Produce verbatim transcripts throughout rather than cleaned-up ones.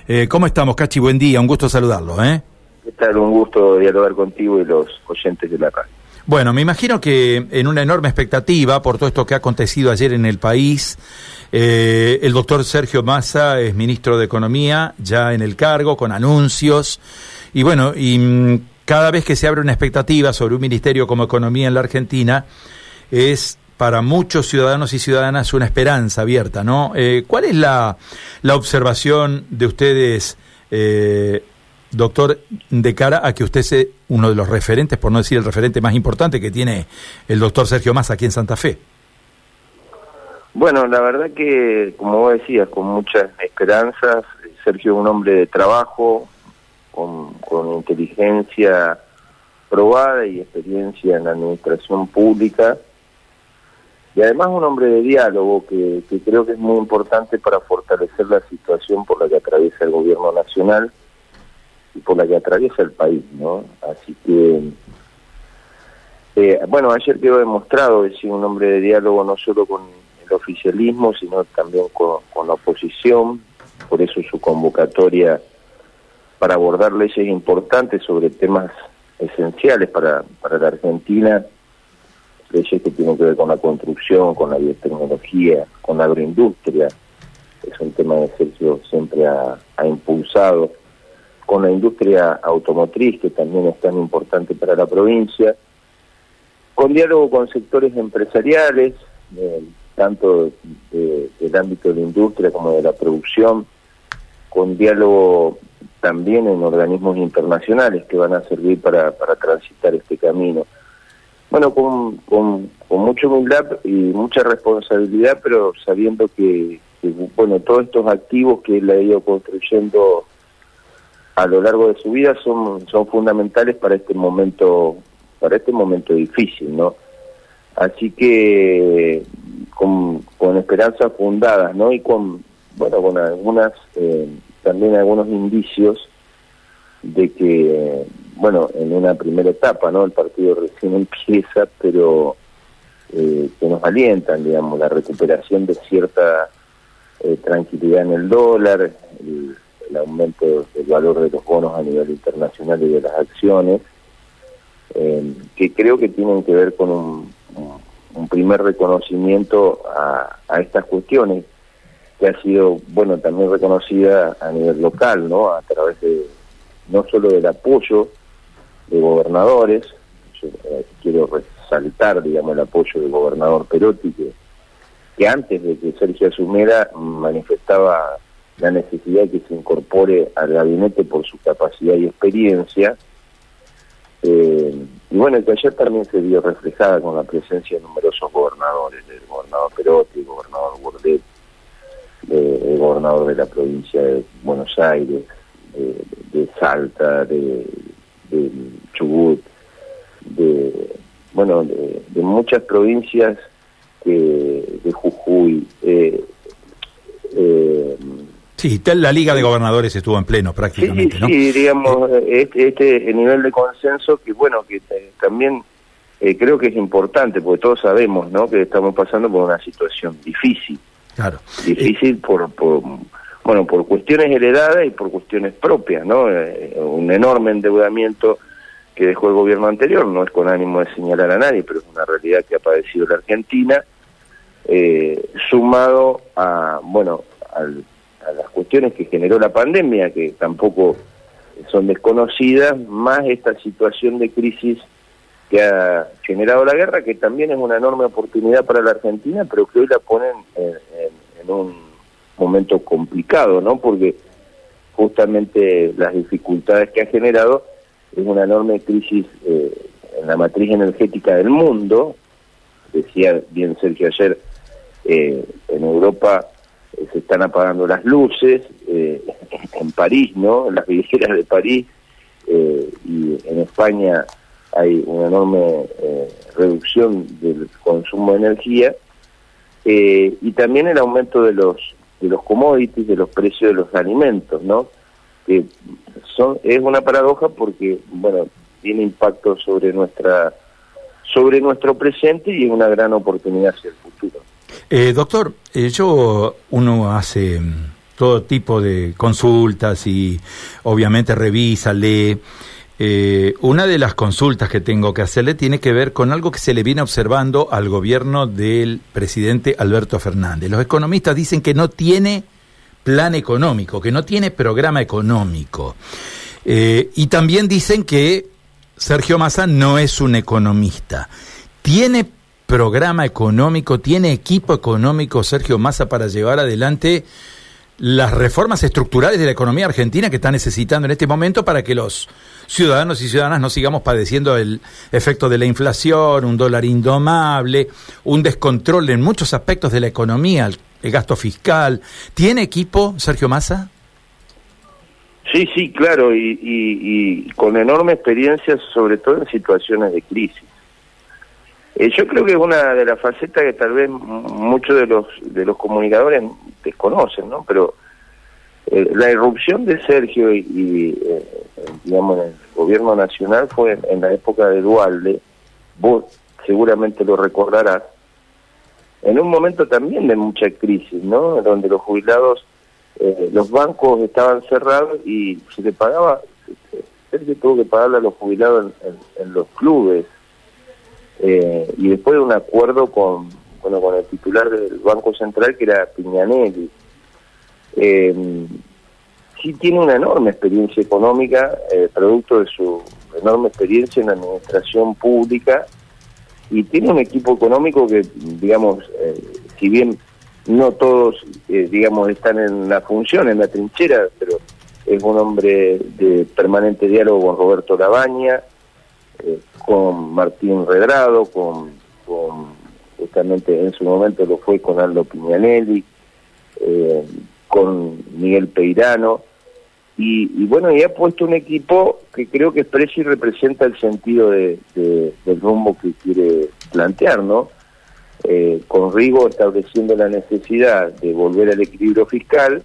Eh, ¿Cómo estamos, Cachi? Buen día, un gusto saludarlo, ¿eh? ¿Qué tal? Un gusto dialogar contigo y los oyentes de la radio. Bueno, me imagino que en una enorme expectativa por todo esto que ha acontecido ayer en el país, eh, el doctor Sergio Massa es ministro de Economía, ya en el cargo, con anuncios, y bueno, y mmm, cada vez que se abre una expectativa sobre un ministerio como Economía en la Argentina, es para muchos ciudadanos y ciudadanas una esperanza abierta, ¿no? Eh, ¿Cuál es la, la observación de ustedes, eh, doctor, de cara a que usted sea uno de los referentes, por no decir el referente más importante que tiene el doctor Sergio Massa aquí en Santa Fe? Bueno, la verdad que, como vos decías, con muchas esperanzas. Sergio es un hombre de trabajo, con, con inteligencia probada y experiencia en la administración pública, y además un hombre de diálogo que, que creo que es muy importante para fortalecer la situación por la que atraviesa el gobierno nacional y por la que atraviesa el país, ¿no? Así que, eh, bueno, ayer quedó demostrado que es un hombre de diálogo no solo con el oficialismo, sino también con, con la oposición. Por eso su convocatoria para abordar leyes importantes sobre temas esenciales para, para la Argentina, leyes que tienen que ver con la construcción, con la biotecnología, con la agroindustria. Es un tema que Sergio siempre ha, ha impulsado, con la industria automotriz, que también es tan importante para la provincia, con diálogo con sectores empresariales, eh, tanto de, del ámbito de la industria como de la producción, con diálogo también en organismos internacionales que van a servir para, para transitar este camino. Bueno, con, con, con mucha humildad y mucha responsabilidad, pero sabiendo que, que, bueno, todos estos activos que él ha ido construyendo a lo largo de su vida son, son fundamentales para este momento, para este momento difícil, ¿no? Así que con, con esperanzas fundadas, ¿no? Y con, bueno, con algunas, eh, también algunos indicios de que, bueno, en una primera etapa, ¿no? El partido recién empieza, pero eh, que nos alientan, digamos, la recuperación de cierta eh, tranquilidad en el dólar, el, el aumento del valor de los bonos a nivel internacional y de las acciones, eh, que creo que tienen que ver con un, un primer reconocimiento a, a estas cuestiones, que ha sido, bueno, también reconocida a nivel local, ¿no? A través de, no solo del apoyo de gobernadores. Yo eh, quiero resaltar, digamos, el apoyo del gobernador Perotti, que, que antes de que Sergio asumiera manifestaba la necesidad de que se incorpore al gabinete por su capacidad y experiencia, eh, y bueno, que ayer también se vio reflejada con la presencia de numerosos gobernadores, el gobernador Perotti, el gobernador Bordet, eh, el gobernador de la provincia de Buenos Aires, de, de Salta, de, de Chubut, de, bueno, de, de muchas provincias, que, de Jujuy, eh, eh, sí, la Liga de Gobernadores estuvo en pleno prácticamente, sí, ¿no? Sí, digamos, eh, este, este nivel de consenso que, bueno, que eh, también eh, creo que es importante, porque todos sabemos, ¿no?, que estamos pasando por una situación difícil. Claro. Difícil eh, por, por, bueno, por cuestiones heredadas y por cuestiones propias, ¿no? Eh, un enorme endeudamiento que dejó el gobierno anterior, no es con ánimo de señalar a nadie, pero es una realidad que ha padecido la Argentina, eh, sumado a, bueno, al a las cuestiones que generó la pandemia, que tampoco son desconocidas, más esta situación de crisis que ha generado la guerra, que también es una enorme oportunidad para la Argentina, pero que hoy la ponen en, en, en un momento complicado, ¿no? Porque justamente las dificultades que ha generado es una enorme crisis eh, en la matriz energética del mundo. Decía bien Sergio ayer, eh, en Europa se están apagando las luces, eh, en París, ¿no?, las vidrieras de París, eh, y en España hay una enorme eh, reducción del consumo de energía, eh, y también el aumento de los de los commodities, de los precios de los alimentos, ¿no?, que son es una paradoja porque, bueno, tiene impacto sobre nuestra sobre nuestro presente y es una gran oportunidad hacia el futuro. Eh, doctor, eh, yo, uno hace todo tipo de consultas y obviamente revisa, lee. Eh, una de las consultas que tengo que hacerle tiene que ver con algo que se le viene observando al gobierno del presidente Alberto Fernández. Los economistas dicen que no tiene plan económico, que no tiene programa económico. Eh, y también dicen que Sergio Massa no es un economista. ¿Tiene programa económico, tiene equipo económico Sergio Massa para llevar adelante las reformas estructurales de la economía argentina que está necesitando en este momento para que los ciudadanos y ciudadanas no sigamos padeciendo el efecto de la inflación, un dólar indomable, un descontrol en muchos aspectos de la economía, el, el gasto fiscal? ¿Tiene equipo Sergio Massa? Sí, sí, claro, y, y, y con enorme experiencia, sobre todo en situaciones de crisis. Eh, yo creo que es una de las facetas que tal vez muchos de los de los comunicadores desconocen, ¿no? Pero eh, la irrupción de Sergio y, y eh, digamos, en el gobierno nacional fue en, en la época de Duhalde. Vos seguramente lo recordarás, en un momento también de mucha crisis, ¿no? Donde los jubilados, eh, los bancos estaban cerrados y se le pagaba, Sergio tuvo que pagarle a los jubilados en, en, en los clubes. Eh, y después de un acuerdo con bueno con el titular del Banco Central, que era Piñanelli. Eh, sí tiene una enorme experiencia económica, eh, producto de su enorme experiencia en la administración pública, y tiene un equipo económico que, digamos, eh, si bien no todos, eh, digamos, están en la función, en la trinchera, pero es un hombre de permanente diálogo con Roberto Labaña, Eh, con Martín Redrado, con, con justamente en su momento lo fue con Aldo Piñanelli, eh, con Miguel Peirano, y, y bueno, y ha puesto un equipo que creo que expresa y representa el sentido de, de, del rumbo que quiere plantear, ¿no? Eh, con Rigo estableciendo la necesidad de volver al equilibrio fiscal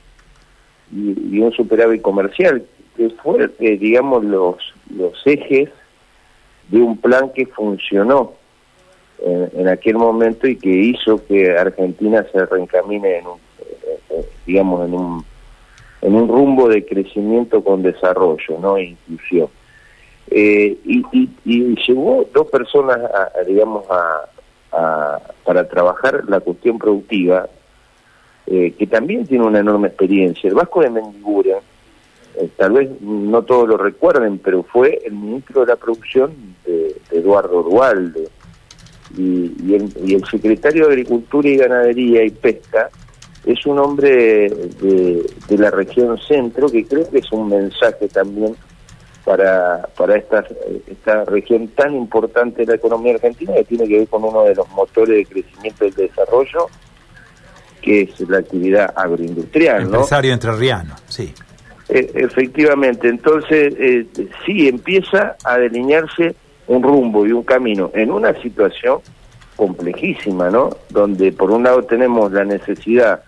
y, y un superávit comercial, que fue, eh, digamos, los, los ejes de un plan que funcionó en, en aquel momento y que hizo que Argentina se reencamine en un, eh, digamos, en un en un rumbo de crecimiento con desarrollo, ¿no? E inclusión. Eh, y, y, y llevó dos personas, a, a, digamos, a, a, para trabajar la cuestión productiva, eh, que también tiene una enorme experiencia. El Vasco de Mendiguren, Eh, tal vez no todos lo recuerden, pero fue el ministro de la producción de, de Eduardo Duhalde, y, y, el, y el secretario de Agricultura y Ganadería y Pesca es un hombre de, de la región centro, que creo que es un mensaje también para, para esta, esta región tan importante de la economía argentina, que tiene que ver con uno de los motores de crecimiento y de desarrollo, que es la actividad agroindustrial, ¿no? Empresario entrerriano, sí. Eh, efectivamente, entonces eh, sí empieza a delinearse un rumbo y un camino en una situación complejísima, ¿no? Donde por un lado tenemos la necesidad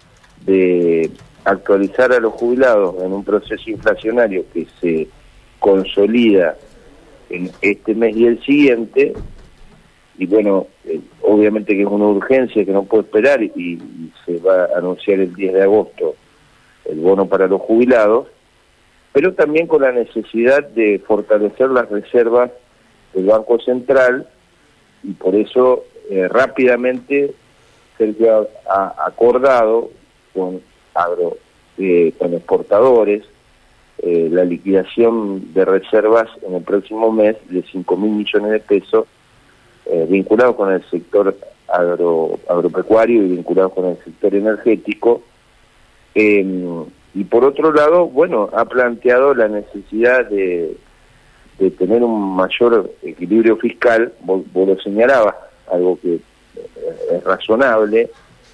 de actualizar a los jubilados en un proceso inflacionario que se consolida en este mes y el siguiente, y bueno, eh, obviamente que es una urgencia que no puede esperar, y, y se va a anunciar el diez de agosto el bono para los jubilados, pero también con la necesidad de fortalecer las reservas del Banco Central, y por eso eh, rápidamente Sergio ha acordado con agro, eh, con exportadores, eh, la liquidación de reservas en el próximo mes de cinco mil millones de pesos, eh, vinculados con el sector agro, agropecuario y vinculados con el sector energético. Eh, y por otro lado, bueno, ha planteado la necesidad de, de tener un mayor equilibrio fiscal. Vos, vos lo señalabas, algo que es razonable,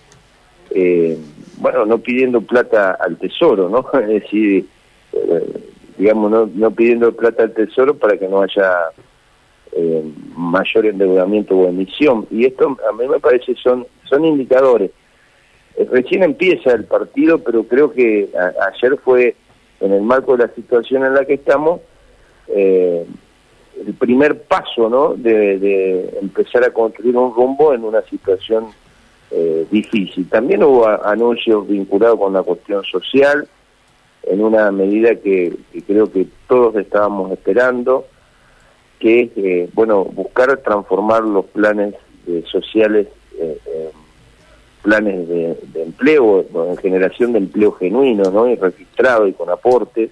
eh, bueno, no pidiendo plata al tesoro, ¿no? Es decir, eh, digamos, no, no pidiendo plata al tesoro para que no haya eh, mayor endeudamiento o emisión. Y esto a mí me parece son, son indicadores. Recién empieza el partido, pero creo que a, ayer fue, en el marco de la situación en la que estamos, eh, el primer paso, ¿no?, de, de empezar a construir un rumbo en una situación eh, difícil. También hubo a, anuncios vinculados con la cuestión social, en una medida que, que creo que todos estábamos esperando, que es, eh, bueno, buscar transformar los planes eh, sociales eh, en planes de, de empleo, en generación de empleo genuino, ¿no? Y registrado y con aportes,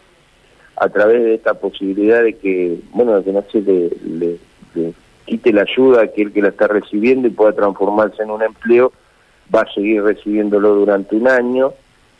a través de esta posibilidad de que, bueno, de que no se le, le, le quite la ayuda a aquel que la está recibiendo y pueda transformarse en un empleo, va a seguir recibiéndolo durante un año.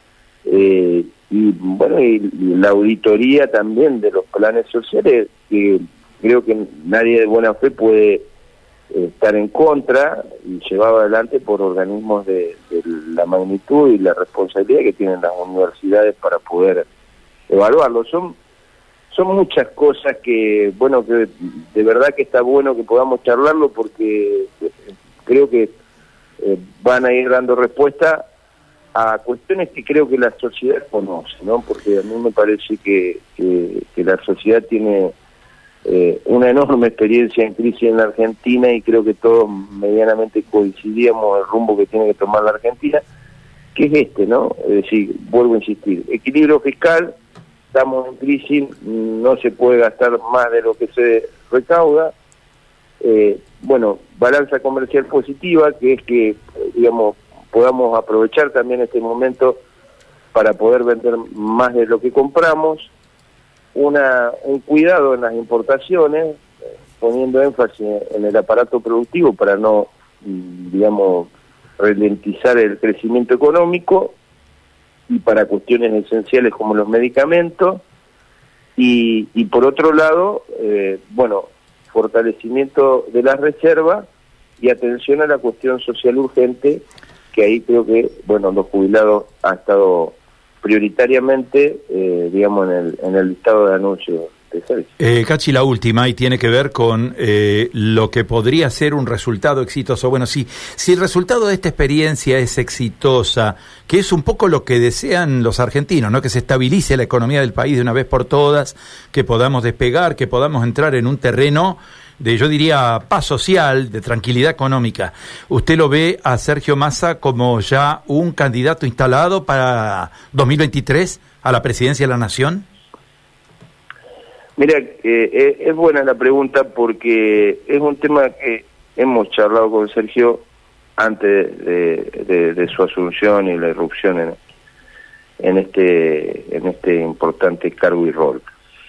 Eh, y bueno, y, y la auditoría también de los planes sociales, que creo que nadie de buena fe puede eh, estar en contra, y llevado adelante por organismos de, de la magnitud y la responsabilidad que tienen las universidades para poder evaluarlo. Son son muchas cosas que, bueno, que de verdad que está bueno que podamos charlarlo, porque creo que eh, van a ir dando respuesta a cuestiones que creo que la sociedad conoce, ¿no? Porque a mí me parece que, que, que la sociedad tiene eh, una enorme experiencia en crisis en la Argentina, y creo que todos medianamente coincidíamos el rumbo que tiene que tomar la Argentina, que es este, ¿no? Es decir, vuelvo a insistir, equilibrio fiscal. Estamos en crisis, no se puede gastar más de lo que se recauda. Eh, bueno, balanza comercial positiva, que es que, digamos, podamos aprovechar también este momento para poder vender más de lo que compramos. Una un cuidado en las importaciones, eh, poniendo énfasis en el aparato productivo para no, digamos, ralentizar el crecimiento económico, y para cuestiones esenciales como los medicamentos, y, y por otro lado, eh, bueno, fortalecimiento de las reservas y atención a la cuestión social urgente, que ahí creo que, bueno, los jubilados ha estado prioritariamente, eh, digamos, en el, en el listado de anuncios de Sergio. Eh, Cachi, la última, y tiene que ver con eh, lo que podría ser un resultado exitoso. Bueno, si, si el resultado de esta experiencia es exitosa, que es un poco lo que desean los argentinos, ¿no? Que se estabilice la economía del país de una vez por todas, que podamos despegar, que podamos entrar en un terreno de, yo diría, paz social, de tranquilidad económica. ¿Usted lo ve a Sergio Massa como ya un candidato instalado para dos mil veintitrés a la presidencia de la Nación? Mira, eh, es buena la pregunta, porque es un tema que hemos charlado con Sergio antes de, de, de su asunción y la irrupción en, en este en este importante cargo y rol.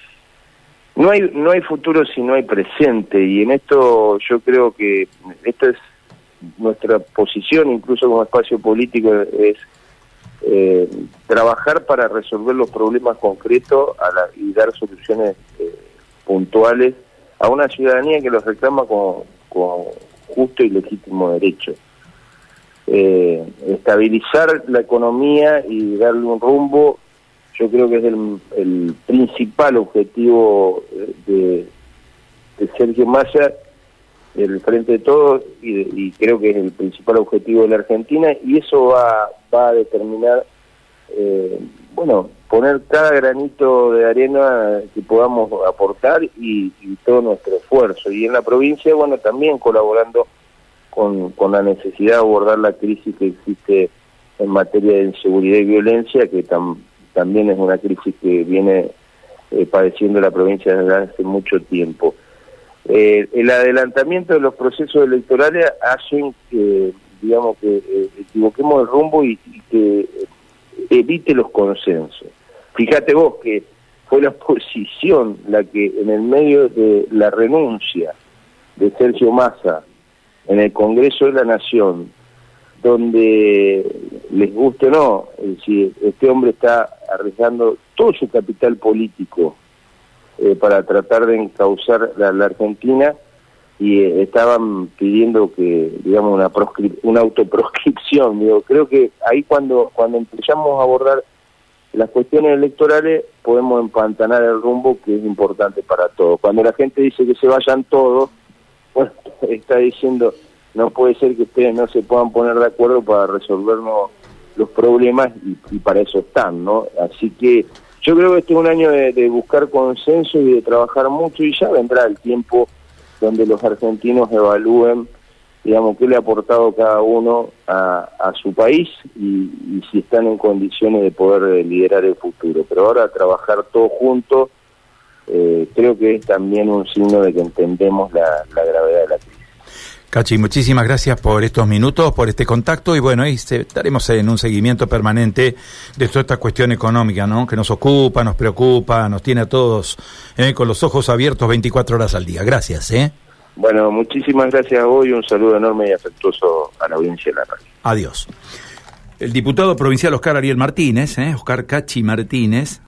No hay no hay futuro si no hay presente, y en esto yo creo que esta es nuestra posición, incluso como espacio político, es Eh, trabajar para resolver los problemas concretos a la, y dar soluciones eh, puntuales a una ciudadanía que los reclama con, con justo y legítimo derecho. Eh, estabilizar la economía y darle un rumbo, yo creo que es el, el principal objetivo de, de Sergio Massa, el Frente de Todos, y, y creo que es el principal objetivo de la Argentina, y eso va, va a determinar, eh, bueno, poner cada granito de arena que podamos aportar, y, y todo nuestro esfuerzo. Y en la provincia, bueno, también colaborando con, con la necesidad de abordar la crisis que existe en materia de inseguridad y violencia, que tam, también es una crisis que viene eh, padeciendo la provincia desde hace mucho tiempo. Eh, el adelantamiento de los procesos electorales hacen que, digamos, que eh, equivoquemos el rumbo y, y que eh, evite los consensos. Fíjate vos que fue la oposición la que, en el medio de la renuncia de Sergio Massa en el Congreso de la Nación, donde les guste o no, es decir, este hombre está arriesgando todo su capital político Eh, para tratar de encauzar la, la Argentina, y eh, estaban pidiendo que, digamos, una proscrip una autoproscripción. Digo, creo que ahí cuando cuando empezamos a abordar las cuestiones electorales podemos empantanar el rumbo, que es importante para todos. Cuando la gente dice que se vayan todos, bueno, está diciendo, no puede ser que ustedes no se puedan poner de acuerdo para resolvernos los problemas, y, y para eso están, ¿no? Así que yo creo que este es un año de, de buscar consenso y de trabajar mucho, y ya vendrá el tiempo donde los argentinos evalúen digamos, qué le ha aportado cada uno a, a su país y, y si están en condiciones de poder liderar el futuro. Pero ahora trabajar todos juntos, eh, creo que es también un signo de que entendemos la, la gravedad de la crisis. Cachi, muchísimas gracias por estos minutos, por este contacto, y bueno, ahí estaremos en un seguimiento permanente de toda esta cuestión económica, ¿no?, que nos ocupa, nos preocupa, nos tiene a todos eh, con los ojos abiertos veinticuatro horas al día. Gracias, ¿eh? Bueno, muchísimas gracias a vos y un saludo enorme y afectuoso a la audiencia de la radio. Adiós. El diputado provincial Oscar Ariel Martínez, ¿eh? Oscar Cachi Martínez,